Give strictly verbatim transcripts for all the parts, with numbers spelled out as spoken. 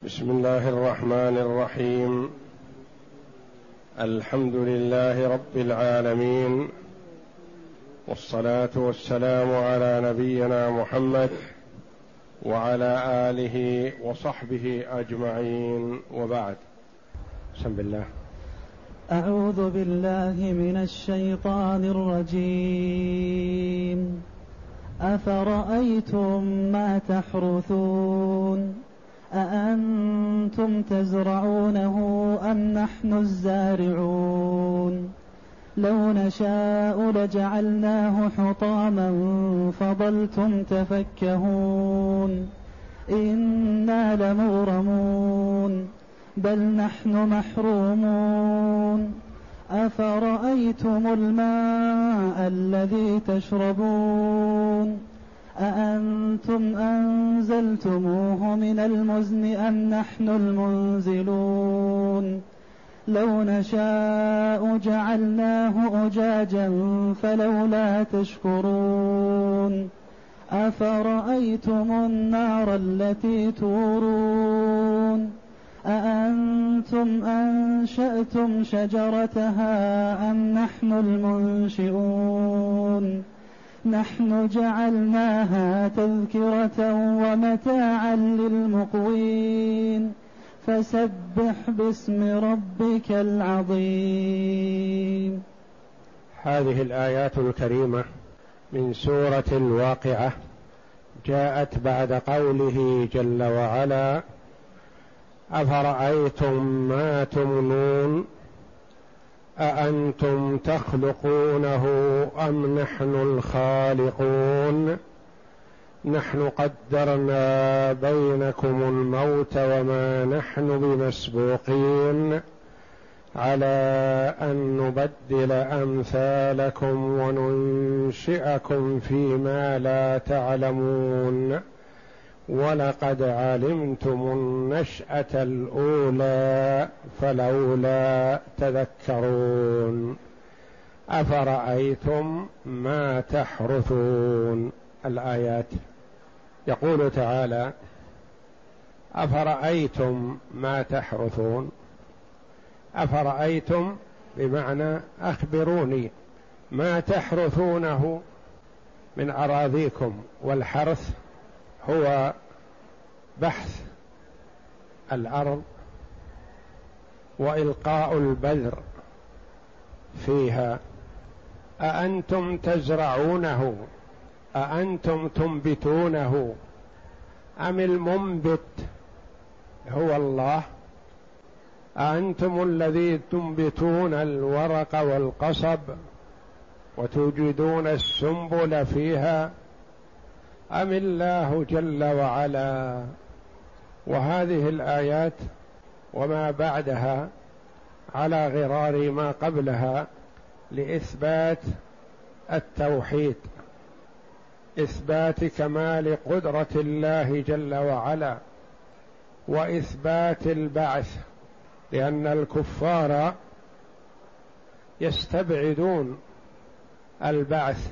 بسم الله الرحمن الرحيم. الحمد لله رب العالمين، والصلاة والسلام على نبينا محمد وعلى آله وصحبه أجمعين، وبعد. بسم الله. أعوذ بالله من الشيطان الرجيم. أفرأيتم ما تحرثون أأنتم تزرعونه أم نحن الزارعون لو نشاء لجعلناه حطاما فظلتم تفكهون إنا لمغرمون بل نحن محرومون أفرأيتم الماء الذي تشربون أأنتم أنزلتموه من المزن أم نحن المنزلون لو نشاء جعلناه أجاجا فلولا تشكرون أفرأيتم النار التي تورون أأنتم أنشأتم شجرتها أم نحن المنشئون نحن جعلناها تذكرة ومتاعا للمقوين فسبح باسم ربك العظيم. هذه الآيات الكريمة من سورة الواقعة جاءت بعد قوله جل وعلا: أفرأيتم ما تمنون أأنتم تخلقونه أم نحن الخالقون نحن قدرنا بينكم الموت وما نحن بمسبوقين على أن نبدل أمثالكم وننشئكم فيما لا تعلمون ولقد علمتم النشأة الأولى فلولا تذكرون أفرأيتم ما تحرثون. الآيات. يقول تعالى: أفرأيتم ما تحرثون. أفرأيتم بمعنى أخبروني ما تحرثونه من أراضيكم، والحرث هو بحث الأرض وإلقاء البذر فيها. أأنتم تزرعونه أأنتم تنبتونه أم المنبت هو الله؟ أأنتم الذي تنبتون الورق والقصب وتوجدون السنبل فيها أم الله جل وعلا؟ وهذه الآيات وما بعدها على غرار ما قبلها لإثبات التوحيد، إثبات كمال قدرة الله جل وعلا، وإثبات البعث، لأن الكفار يستبعدون البعث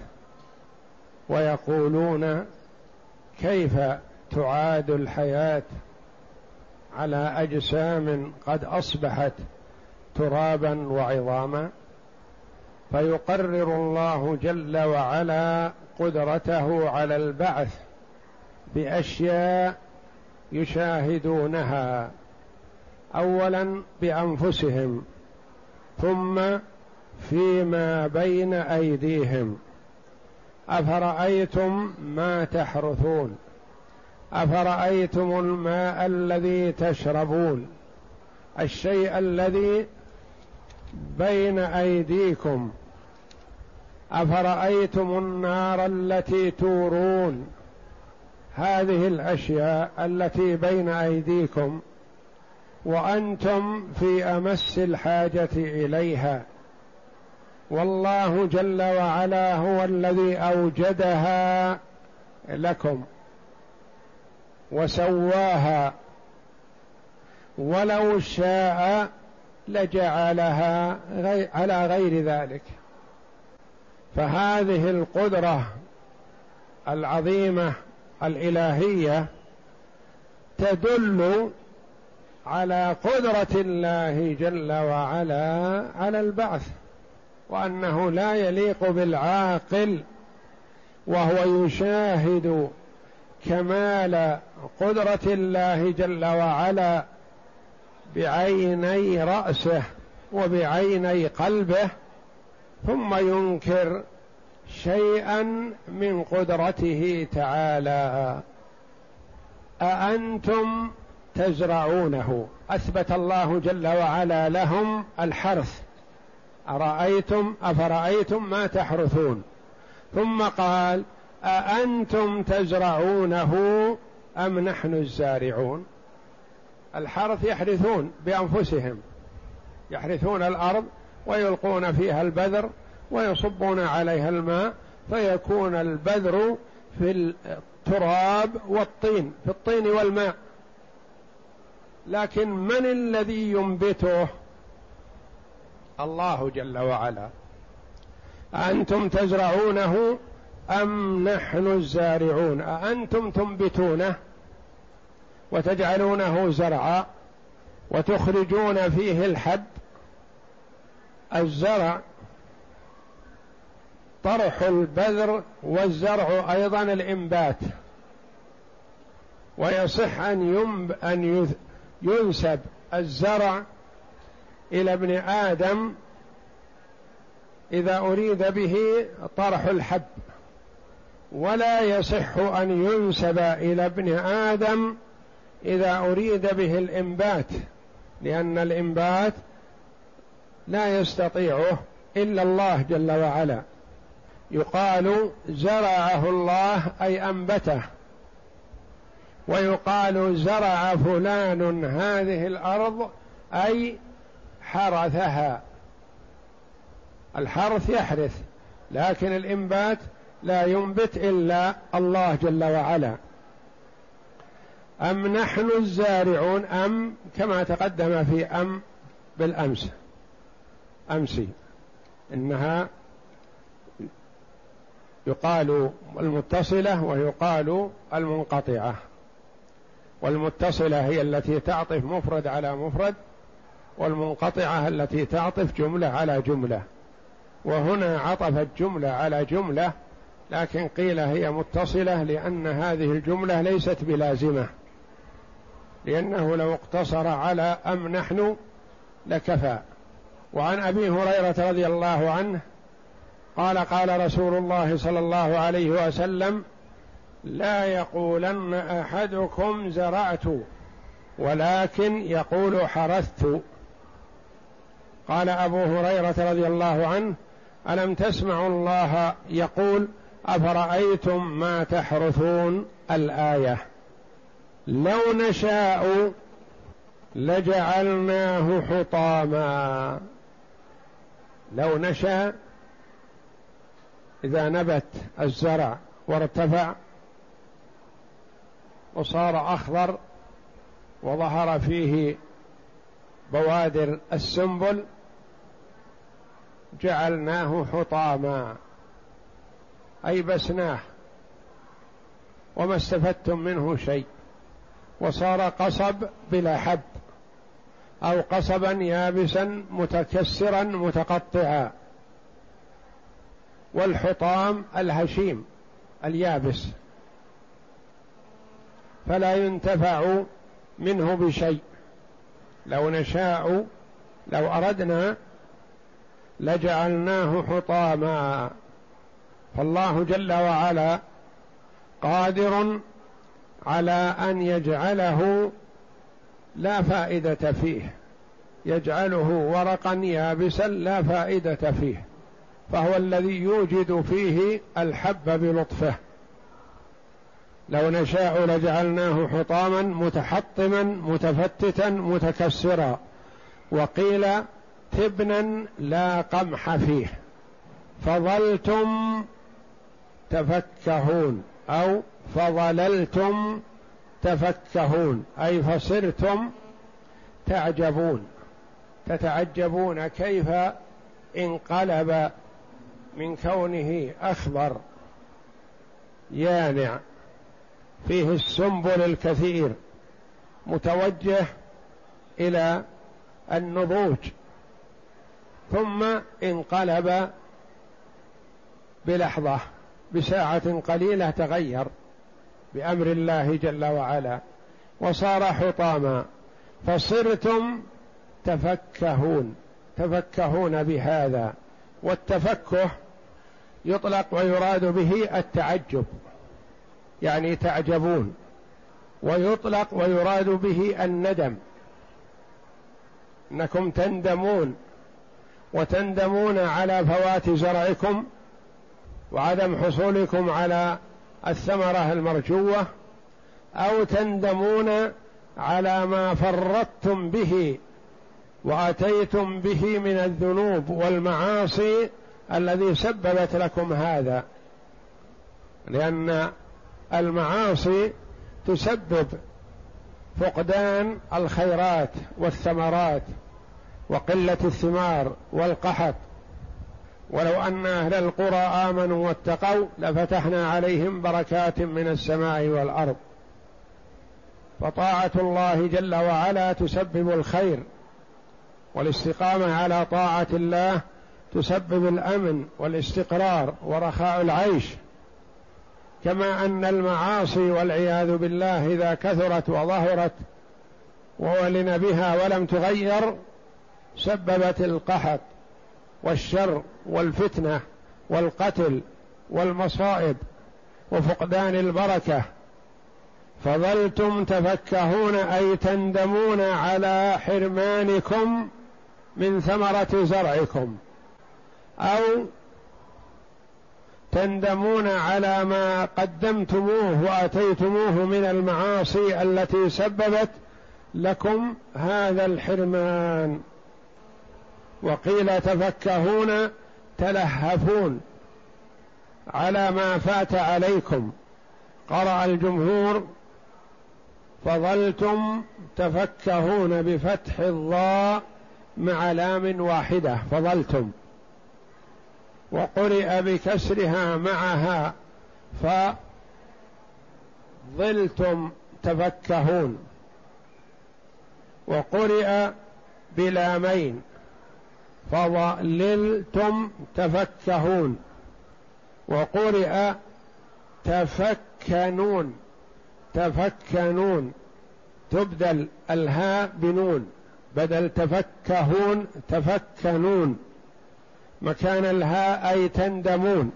ويقولون: كيف تعاد الحياة على أجسام قد أصبحت ترابا وعظاما؟ فيقرر الله جل وعلا قدرته على البعث بأشياء يشاهدونها، أولا بأنفسهم ثم فيما بين أيديهم. أفرأيتم ما تحرثون أفرأيتم الماء الذي تشربون، الشيء الذي بين أيديكم. أفرأيتم النار التي تورون، هذه الأشياء التي بين أيديكم وأنتم في أمس الحاجة إليها، والله جل وعلا هو الذي أوجدها لكم وسواها، ولو شاء لجعلها على غير ذلك. فهذه القدرة العظيمة الإلهية تدل على قدرة الله جل وعلا على البعث، وأنه لا يليق بالعاقل وهو يشاهد كمال قدرة الله جل وعلا بعيني رأسه وبعيني قلبه، ثم ينكر شيئا من قدرته تعالى. أأنتم تزرعونه، أثبت الله جل وعلا لهم الحرث، أرأيتم أفرأيتم ما تحرثون، ثم قال أأنتم تزرعونه أم نحن الزارعون. الحرث يحرثون بأنفسهم، يحرثون الأرض ويلقون فيها البذر ويصبون عليها الماء فيكون البذر في التراب والطين، في الطين والماء، لكن من الذي ينبته؟ الله جل وعلا. أأنتم تزرعونه أم نحن الزارعون، أأنتم تنبتونه وتجعلونه زرعا وتخرجون فيه الحب. الزرع طرح البذر، والزرع أيضا الإنبات، ويصح أن, ينب أن ينسب الزرع إلى ابن آدم إذا أريد به طرح الحب، ولا يصح أن ينسب إلى ابن آدم إذا أريد به الإنبات، لأن الإنبات لا يستطيعه إلا الله جل وعلا. يقال زرعه الله أي أنبته، ويقال زرع فلان هذه الأرض أي حرثها. الحرث يحرث، لكن الإنبات لا ينبت إلا الله جل وعلا. أم نحن الزارعون، أم كما تقدم في أم بالأمس أمسي، إنها يقال المتصلة ويقال المنقطعة، والمتصلة هي التي تعطف مفرد على مفرد، والمنقطعة التي تعطف جملة على جملة، وهنا عطفت جملة على جملة، لكن قيل هي متصلة لأن هذه الجملة ليست بلازمة، لأنه لو اقتصر على أم نحن لكفى. وعن أبي هريرة رضي الله عنه قال قال رسول الله صلى الله عليه وسلم: لا يقولن أحدكم زرعت، ولكن يقول حرثت. قال أبو هريرة رضي الله عنه: ألم تسمعوا الله يقول أفرأيتم ما تحرثون؟ الآية. لو نشاء لجعلناه حطاما. لو نشاء إذا نبت الزرع وارتفع وصار أخضر وظهر فيه بوادر السنبل جعلناه حطاما، أي بسناه وما استفدتم منه شيء، وصار قصب بلا حب، أو قصبا يابسا متكسرا متقطعا. والحطام الهشيم اليابس، فلا ينتفع منه بشيء. لو نشاء لو أردنا لجعلناه حطاما. فالله جل وعلا قادر على أن يجعله لا فائدة فيه، يجعله ورقا يابسا لا فائدة فيه، فهو الذي يوجد فيه الحب بلطفه. لو نشاء لجعلناه حطاما متحطما متفتتا متكسرا. وقيل تبنا لا قمح فيه، فظلتم تفكهون أو فظللتم تفكهون، أي فصرتم تعجبون، تتعجبون كيف انقلب من كونه أخضر يانع فيه السنبل الكثير متوجه إلى النضوج، ثم انقلب بلحظة، بساعة قليلة تغير بأمر الله جل وعلا وصار حطاما، فصرتم تفكهون، تفكهون بهذا. والتفكه يطلق ويراد به التعجب، يعني تعجبون، ويطلق ويراد به الندم، انكم تندمون، وتندمون على فوات زرعكم وعدم حصولكم على الثمرة المرجوة، أو تندمون على ما فرطتم به وأتيتم به من الذنوب والمعاصي الذي سببت لكم هذا، لأن المعاصي تسبب فقدان الخيرات والثمرات وقلة الثمار والقحط. ولو أن أهل القرى آمنوا واتقوا لفتحنا عليهم بركات من السماء والأرض. فطاعة الله جل وعلا تسبب الخير، والاستقامة على طاعة الله تسبب الأمن والاستقرار ورخاء العيش، كما أن المعاصي والعياذ بالله إذا كثرت وظهرت وولن بها ولم تغير سببت القحط والشر والفتنة والقتل والمصائب وفقدان البركة. فظلتم تفكهون أي تندمون على حرمانكم من ثمرة زرعكم، أو تندمون على ما قدمتموه وأتيتموه من المعاصي التي سببت لكم هذا الحرمان. وقيل تفكهون تلهفون على ما فات عليكم. قرأ الجمهور فظلتم تفكهون بفتح الضاء مع لام واحدة فظلتم، وقرئ بكسرها معها فظلتم تفكهون، وقرئ بلامين فظللتم تفكهون، وقرئ تفكنون تفكنون تبدل الهاء بنون بدل تفكهون تفكنون مكان الهاء أي تندمون،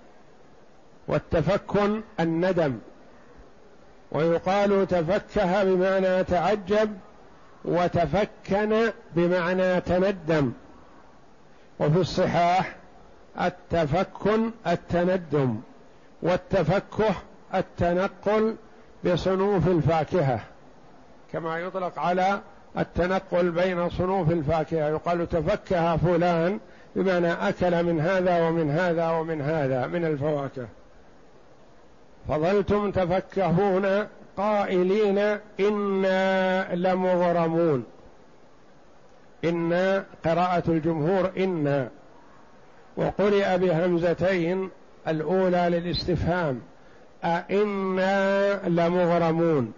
والتفكن الندم. ويقال تفكه بمعنى تعجب، وتفكن بمعنى تندم. وفي الصحاح التفكن التندم، والتفكه التنقل بصنوف الفاكهة، كما يطلق على التنقل بين صنوف الفاكهة، يقال تفكه فلان بمعنى أكل من هذا ومن هذا ومن هذا من الفواكه. فظلتم تفكهون قائلين إنا لمغرمون. إنا قراءة الجمهور إنا، وقرئ بهمزتين الأولى للاستفهام أئنا لمغرمون،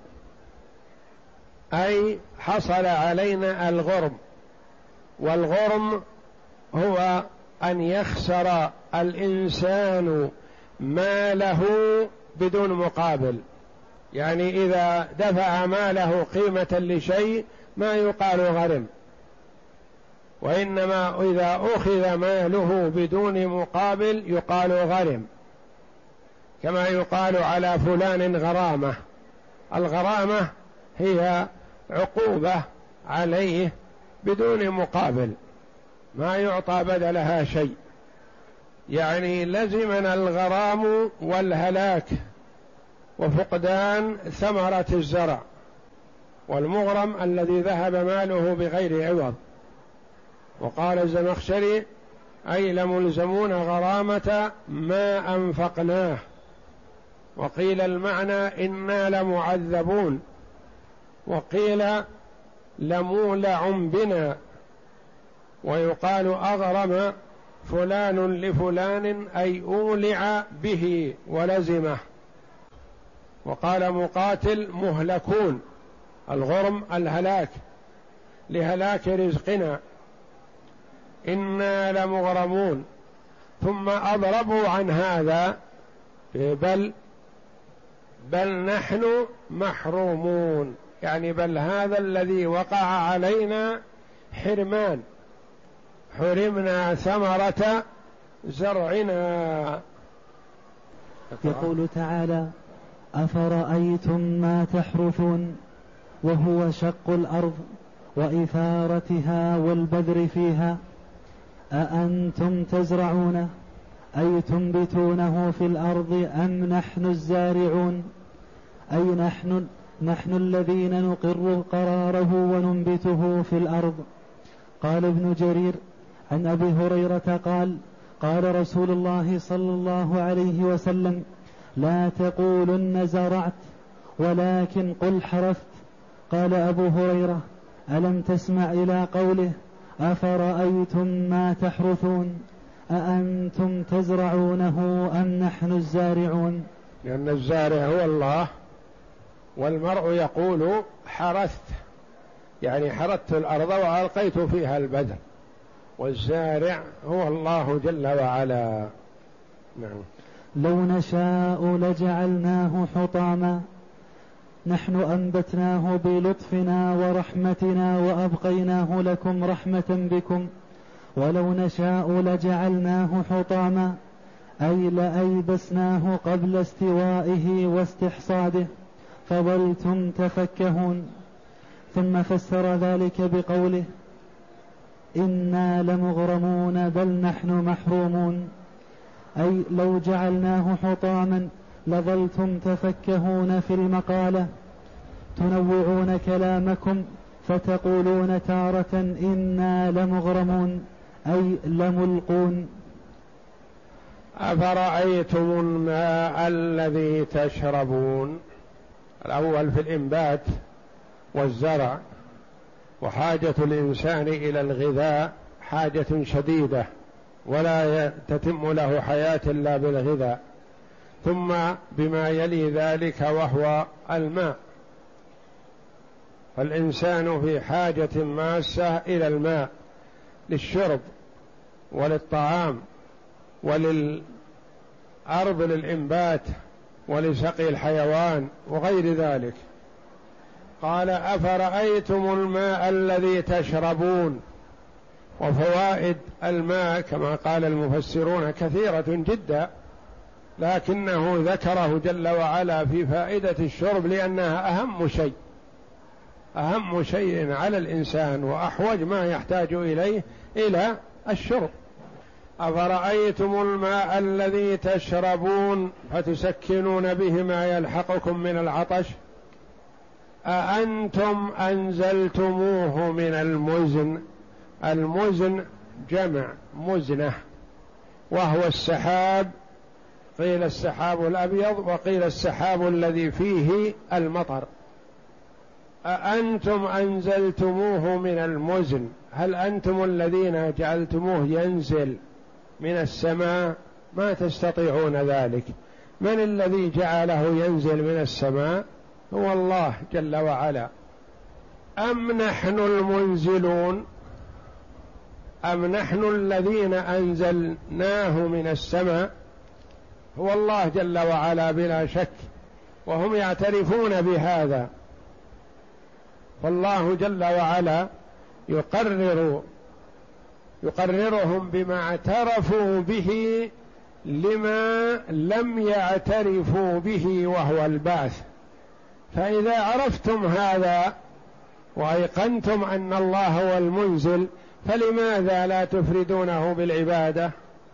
أي حصل علينا الغرم. والغرم هو أن يخسر الإنسان ماله بدون مقابل، يعني إذا دفع ماله قيمة لشيء ما يقال غرم، وإنما إذا أخذ ماله بدون مقابل يقال غرم، كما يقال على فلان غرامة. الغرامة هي عقوبة عليه بدون مقابل، ما يعطى بدلها شيء، يعني لزمنا الغرام والهلاك وفقدان ثمرة الزرع. والمغرم الذي ذهب ماله بغير عوض. وقال الزمخشري أي لملزمون غرامة ما أنفقناه. وقيل المعنى إنا لمعذبون، وقيل لمولع بنا، ويقال أغرم فلان لفلان أي أولع به ولزمه. وقال مقاتل مهلكون، الغرم الهلاك. لهلاك رزقنا، إنا لمغرمون. ثم أضربوا عن هذا بل بل نحن محرومون، يعني بل هذا الذي وقع علينا حرمان، حرمنا ثمرة زرعنا. يقول تعالى: أفرأيتم ما تحرثون وهو شق الأرض وإثارتها والبذر فيها، أأنتم تزرعونه أي تنبتونه في الأرض أم نحن الزارعون، أي نحن نحن الذين نقر قراره وننبته في الأرض. قال ابن جرير عن أبي هريرة قال: قال رسول الله صلى الله عليه وسلم: لا تقولن زرعت ولكن قل حرثت. قال أبو هريرة: ألم تسمع إلى قوله: أفرأيتم ما تحرثون أأنتم تزرعونه أم نحن الزارعون؟ لأن الزارع هو الله، والمرء يقول حرثت، يعني حرثت الأرض وألقيت فيها البذر، والزارع هو الله جل وعلا. نعم. لو نشاء لجعلناه حطاما نحن أنبتناه بلطفنا ورحمتنا وأبقيناه لكم رحمة بكم، ولو نشاء لجعلناه حطاما أي لأيبسناه قبل استوائه واستحصاده فظلتم تفكهون. ثم فسر ذلك بقوله: إنا لمغرمون بل نحن محرومون، أي لو جعلناه حطاما لظلتم تفكهون في المقالة، تنوعون كلامكم فتقولون تارة إنا لمغرمون أي لملقون. أفرأيتم الماء الذي تشربون، الأول في الإنبات والزرع، وحاجة الإنسان إلى الغذاء حاجة شديدة، ولا تتم له حياة إلا بالغذاء، ثم بما يلي ذلك وهو الماء، فالإنسان في حاجة ماسة إلى الماء للشرب وللطعام وللأرض للإنبات ولسقي الحيوان وغير ذلك. قال: أفرأيتم الماء الذي تشربون. وفوائد الماء كما قال المفسرون كثيرة جدا، لكنه ذكره جل وعلا في فائدة الشرب لأنها أهم شيء، أهم شيء على الإنسان وأحوج ما يحتاج إليه إلى الشرب. أفرأيتم الماء الذي تشربون فتسكنون به ما يلحقكم من العطش، أأنتم أنزلتموه من المزن. المزن جمع مزنة، وهو السحاب، قيل السحاب الأبيض وقيل السحاب الذي فيه المطر. أأنتم أنزلتموه من المزن، هل أنتم الذين جعلتموه ينزل من السماء؟ ما تستطيعون ذلك. من الذي جعله ينزل من السماء؟ هو الله جل وعلا. أم نحن المنزلون، أم نحن الذين أنزلناه من السماء؟ هو الله جل وعلا بلا شك، وهم يعترفون بهذا، فالله جل وعلا يقرر يقررهم بما اعترفوا به لما لم يعترفوا به وهو البعث. فإذا عرفتم هذا وأيقنتم أن الله هو المنزل، فلماذا لا تفردونه بالعبادة؟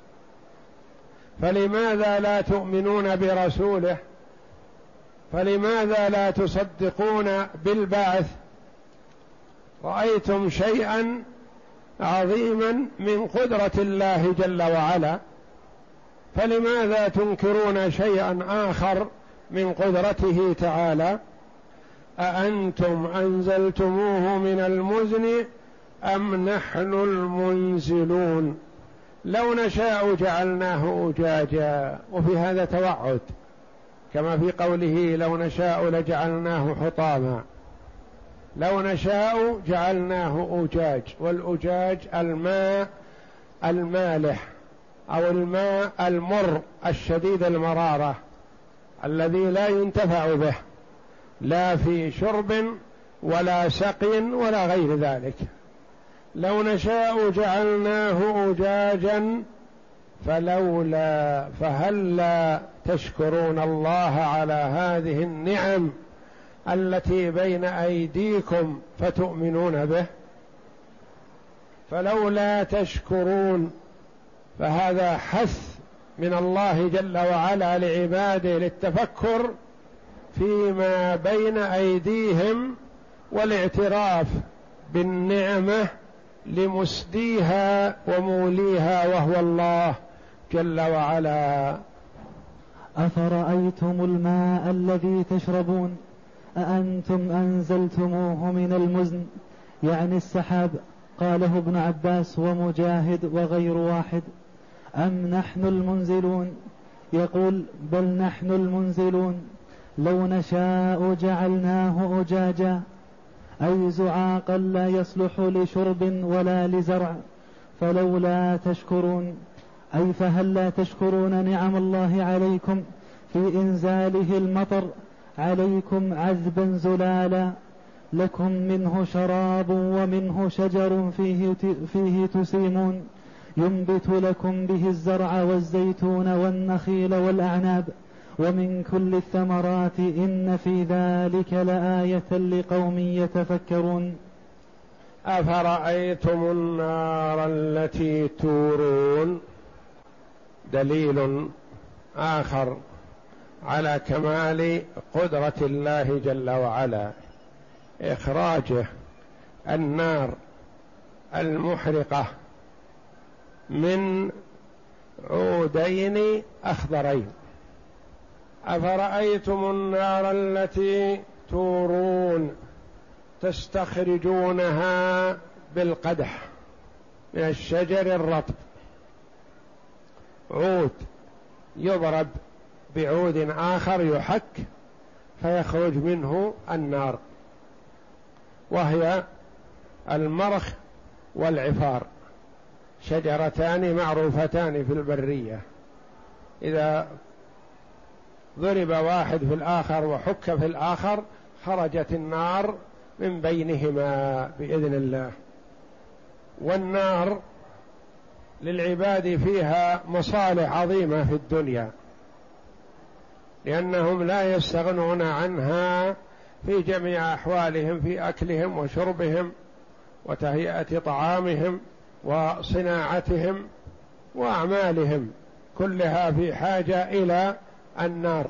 فلماذا لا تؤمنون برسوله؟ فلماذا لا تصدقون بالبعث؟ رأيتم شيئا عظيما من قدرة الله جل وعلا، فلماذا تنكرون شيئا آخر من قدرته تعالى؟ أأنتم أنزلتموه من المزن أم نحن المنزلون؟ لو نشاء جعلناه أجاجا، وفي هذا توعد كما في قوله: لو نشاء لجعلناه حطاما. لو نشاء جعلناه أجاج، والأجاج الماء المالح أو الماء المر الشديد المرارة الذي لا ينتفع به لا في شرب ولا سقي ولا غير ذلك. لو نشاء جعلناه أجاجا فلولا فهلا تشكرون الله على هذه النعم التي بين أيديكم فتؤمنون به. فلولا تشكرون، فهذا حث من الله جل وعلا لعباده للتفكر فيما بين أيديهم والاعتراف بالنعمة لمسديها وموليها وهو الله جل وعلا. أفرأيتم الماء الذي تشربون أأنتم أنزلتموه من المزن، يعني السحاب، قاله ابن عباس ومجاهد وغير واحد، أم نحن المنزلون؟ يقول بل نحن المنزلون. لو نشاء جعلناه أجاجا، أي زعاقا لا يصلح لشرب ولا لزرع، فلولا تشكرون، أي فهل لا تشكرون نعم الله عليكم في إنزاله المطر عليكم عذبا زلالا، لكم منه شراب ومنه شجر فيه, فيه تسيمون، ينبت لكم به الزرع والزيتون والنخيل والأعناب، ومن كل الثمرات إن في ذلك لآية لقوم يتفكرون. أفرأيتم النار التي تورون، دليل آخر على كمال قدرة الله جل وعلا، إخراجه النار المحرقة من عودين أخضرين. أفرأيتم النار التي تورون، تستخرجونها بالقدح من الشجر الرطب، عود يضرب بعود آخر يحك فيخرج منه النار، وهي المرخ والعفار، شجرتان معروفتان في البرية، إذا ضرب واحد في الآخر وحك في الآخر خرجت النار من بينهما بإذن الله. والنار للعباد فيها مصالح عظيمة في الدنيا، لأنهم لا يستغنون عنها في جميع أحوالهم، في أكلهم وشربهم وتهيئة طعامهم وصناعتهم وأعمالهم، كلها في حاجة إلى النار.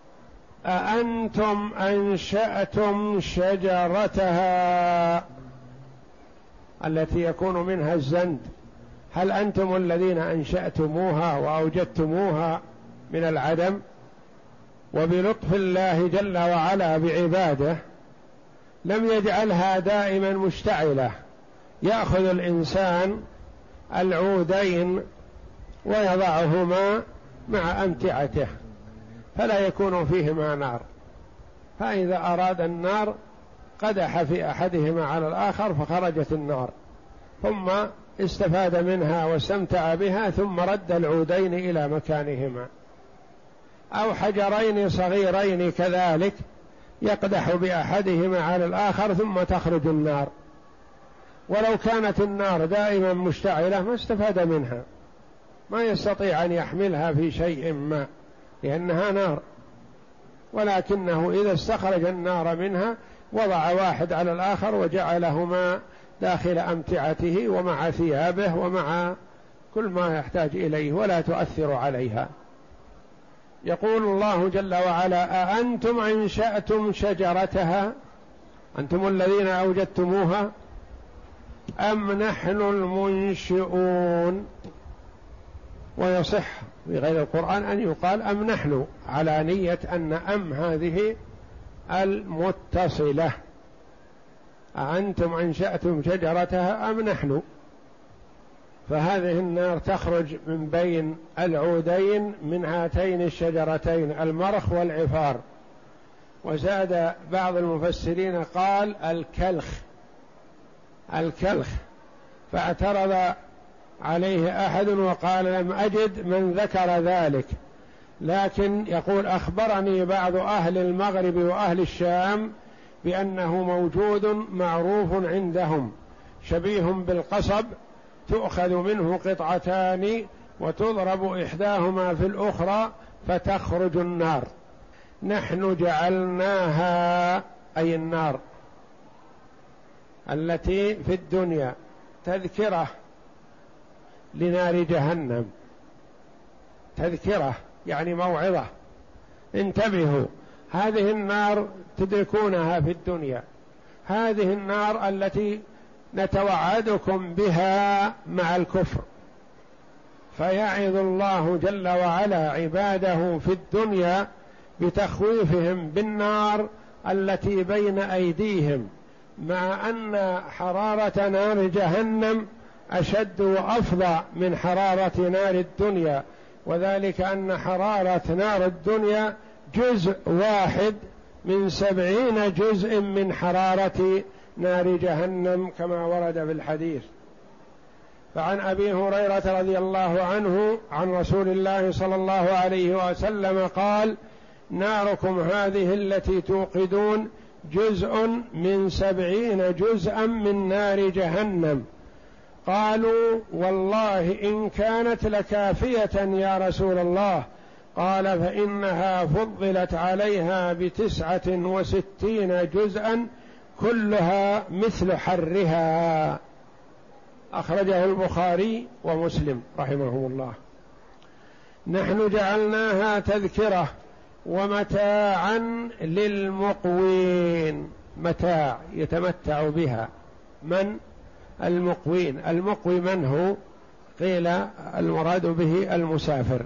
أأنتم أنشأتم شجرتها التي يكون منها الزند، هل أنتم الذين أنشأتموها وأوجدتموها من العدم؟ وبلطف الله جل وعلا بعباده لم يجعلها دائما مشتعلة، يأخذ الإنسان العودين ويضعهما مع أمتعته فلا يكون فيهما نار، فإذا أراد النار قدح في أحدهما على الآخر فخرجت النار، ثم استفاد منها واستمتع بها ثم رد العودين إلى مكانهما. أو حجرين صغيرين كذلك يقدح بأحدهما على الآخر ثم تخرج النار، ولو كانت النار دائما مشتعلة ما استفاد منها، ما يستطيع أن يحملها في شيء ما لأنها نار، ولكنه إذا استخرج النار منها وضع واحد على الآخر وجعلهما داخل أمتعته ومع ثيابه ومع كل ما يحتاج إليه ولا تؤثر عليها. يقول الله جل وعلا أأنتم أنشأتم شجرتها، أنتم الذين أوجدتموها، أم نحن المنشئون؟ ويصح في غير القرآن أن يقال أم نحن، على نية أن أم هذه المتصلة، أأنتم أنشأتم شجرتها أم نحن، فهذه النار تخرج من بين العودين من هاتين الشجرتين المرخ والعفار، وزاد بعض المفسرين قال الكلخ الكلخ، فاعترض عليه أحد وقال لم أجد من ذكر ذلك، لكن يقول أخبرني بعض أهل المغرب وأهل الشام بأنه موجود معروف عندهم، شبيه بالقصب، تؤخذ منه قطعتان وتضرب إحداهما في الأخرى فتخرج النار. نحن جعلناها أي النار التي في الدنيا تذكرة لنار جهنم، تذكرة يعني موعظة، انتبهوا، هذه النار تدركونها في الدنيا، هذه النار التي نتوعدكم بها مع الكفر، فيعظ الله جل وعلا عباده في الدنيا بتخويفهم بالنار التي بين أيديهم، مع أن حرارة نار جهنم أشد وأفظع من حرارة نار الدنيا، وذلك أن حرارة نار الدنيا جزء واحد من سبعين جزء من حرارة نار جهنم كما ورد في الحديث. فعن أبي هريرة رضي الله عنه عن رسول الله صلى الله عليه وسلم قال: ناركم هذه التي توقدون جزء من سبعين جزءا من نار جهنم. قالوا: والله إن كانت لكافية يا رسول الله. قال: فإنها فضلت عليها بتسعة وستين جزءا كلها مثل حرها. أخرجه البخاري ومسلم رحمهم الله. نحن جعلناها تذكرة ومتاعا للمقوين، متاع يتمتع بها. من المقوين؟ المقوي من هو؟ قيل المراد به المسافر،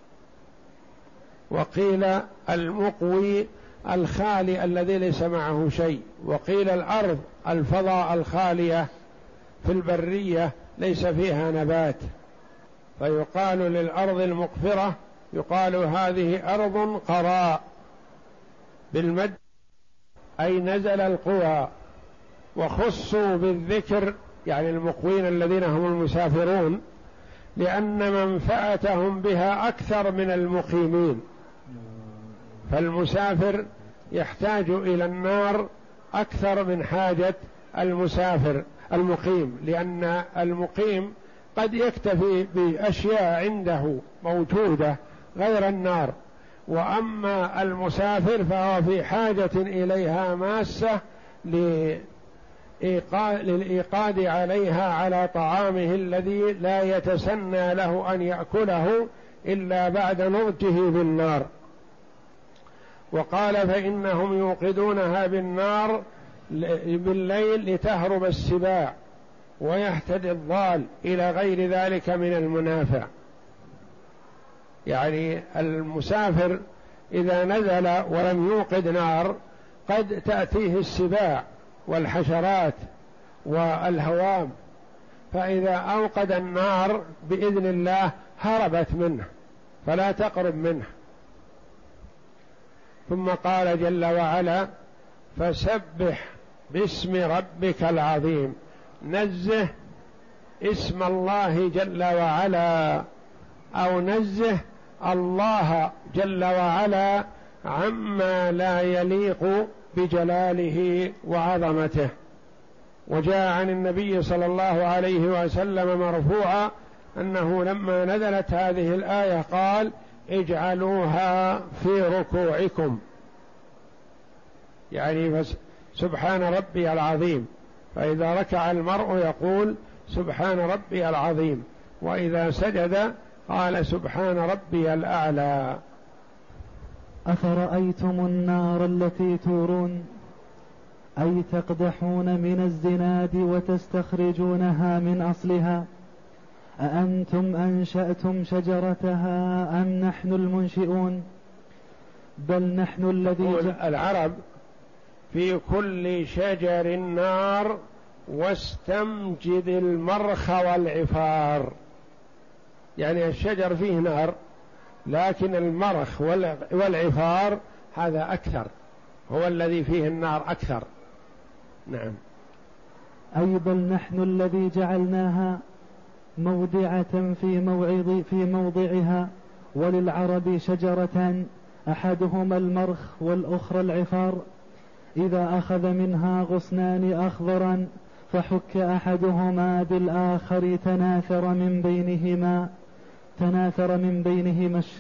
وقيل المقوي الخالي الذي ليس معه شيء، وقيل الأرض الفضاء الخالية في البرية ليس فيها نبات، فيقال للأرض المقفرة يقال هذه أرض قراء بالمد، أي نزل القوى، وخصوا بالذكر يعني المقوين الذين هم المسافرون، لأن منفعتهم بها أكثر من المقيمين، فالمسافر يحتاج إلى النار أكثر من حاجة المسافر المقيم، لأن المقيم قد يكتفي بأشياء عنده موجودة غير النار، وأما المسافر فهو في حاجة إليها ماسة للإيقاد عليها على طعامه الذي لا يتسنى له أن يأكله إلا بعد نضجه بالنار. وقال: فإنهم يوقدونها بالنار بالليل لتهرب السباع ويهتدي الضال إلى غير ذلك من المنافع. يعني المسافر إذا نزل ولم يوقد نار قد تأتيه السباع والحشرات والهوام، فإذا أوقد النار بإذن الله هربت منه فلا تقرب منه. ثم قال جل وعلا: فسبح باسم ربك العظيم. نزه اسم الله جل وعلا، أو نزه الله جل وعلا عما لا يليق بجلاله وعظمته. وجاء عن النبي صلى الله عليه وسلم مرفوعا أنه لما نزلت هذه الآية قال: اجعلوها في ركوعكم، يعني سبحان ربي العظيم، فإذا ركع المرء يقول سبحان ربي العظيم، وإذا سجد قال سبحان ربي الأعلى. أفرأيتم النار التي تورون، أي تقدحون من الزناد وتستخرجونها من أصلها، أأنتم أنشأتم شجرتها أم نحن المنشئون؟ بل نحن الذي العرب في كل شجر نار واستمجد المرخ والعفار، يعني الشجر فيه نار لكن المرخ والعفار هذا أكثر، هو الذي فيه النار أكثر. نعم. أي بل نحن الذي جعلناها مودعة في موعظ في موضعها. وللعرب شجرتان أحدهما المرخ والأخرى العفار، إذا أخذ منها غصنان أخضرا فحك أحدهما بالآخر تناثر من بينهما تناثر من بينهما الش...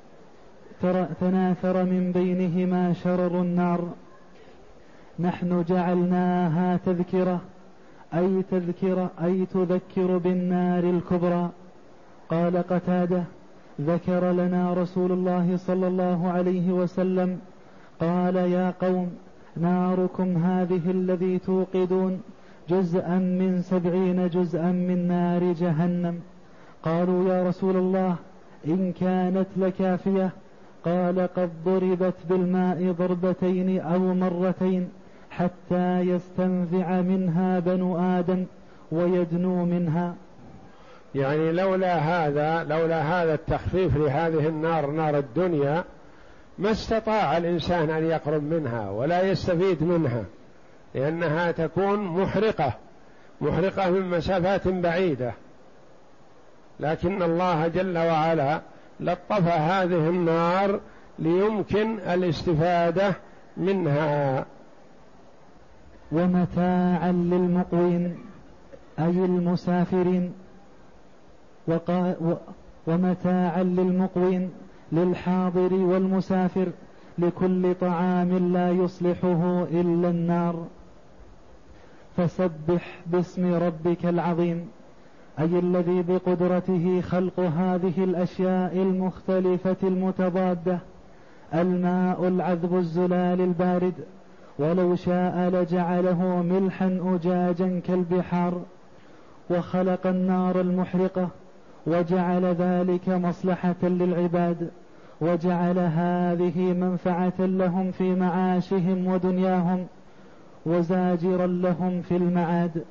تناثر من بينهما شرر النار. نحن جعلناها تذكرة أي تذكرة أي تذكر بالنار الكبرى. قال قتادة: ذكر لنا رسول الله صلى الله عليه وسلم قال: يا قوم، ناركم هذه الذي توقدون جزءا من سبعين جزءا من نار جهنم. قالوا: يا رسول الله، إن كانت لكافية؟ قال: قد ضربت بالماء ضربتين أو مرتين حتى يستنفع منها بنو آدم ويدنو منها. يعني لولا هذا لولا هذا التخفيف لهذه النار، نار الدنيا، ما استطاع الإنسان أن يقرب منها ولا يستفيد منها، لأنها تكون محرقة محرقة من مسافات بعيدة. لكن الله جل وعلا لطف هذه النار ليمكن الاستفادة منها. ومتاعا للمقوين أي المسافرين، وقا ومتاعا للمقوين للحاضر والمسافر، لكل طعام لا يصلحه إلا النار. فسبح باسم ربك العظيم، أي الذي بقدرته خلق هذه الأشياء المختلفة المتضادة. الماء العذب الزلال البارد، ولو شاء لجعله ملحا أجاجا كالبحار. وخلق النار المحرقة وجعل ذلك مصلحة للعباد، وجعل هذه منفعة لهم في معاشهم ودنياهم، وزاجرا لهم في المعاد.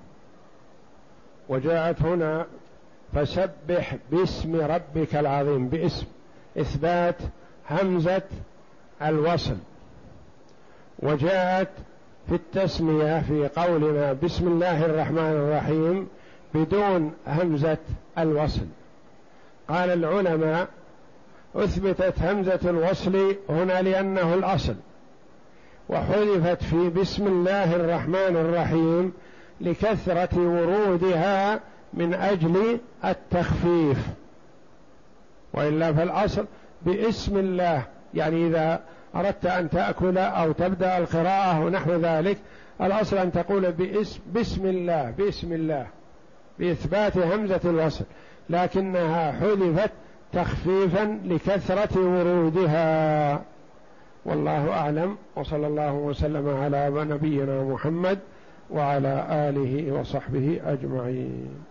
وجاءت هنا فسبح باسم ربك العظيم، باسم إثبات همزة الوصل. وجاءت في التسمية في قولنا بسم الله الرحمن الرحيم بدون همزة الوصل. قال العلماء أثبتت همزة الوصل هنا لأنه الأصل، وحذفت في بسم الله الرحمن الرحيم لكثرة ورودها من أجل التخفيف، وإلا فالأصل باسم الله. يعني إذا أردت أن تأكل أو تبدأ القراءة ونحو ذلك، الأصل أن تقول باسم, بسم الله بسم الله بإثبات همزة الوصل، لكنها حذفت تخفيفا لكثرة ورودها. والله أعلم، وصلى الله وسلم على نبينا محمد وعلى آله وصحبه أجمعين.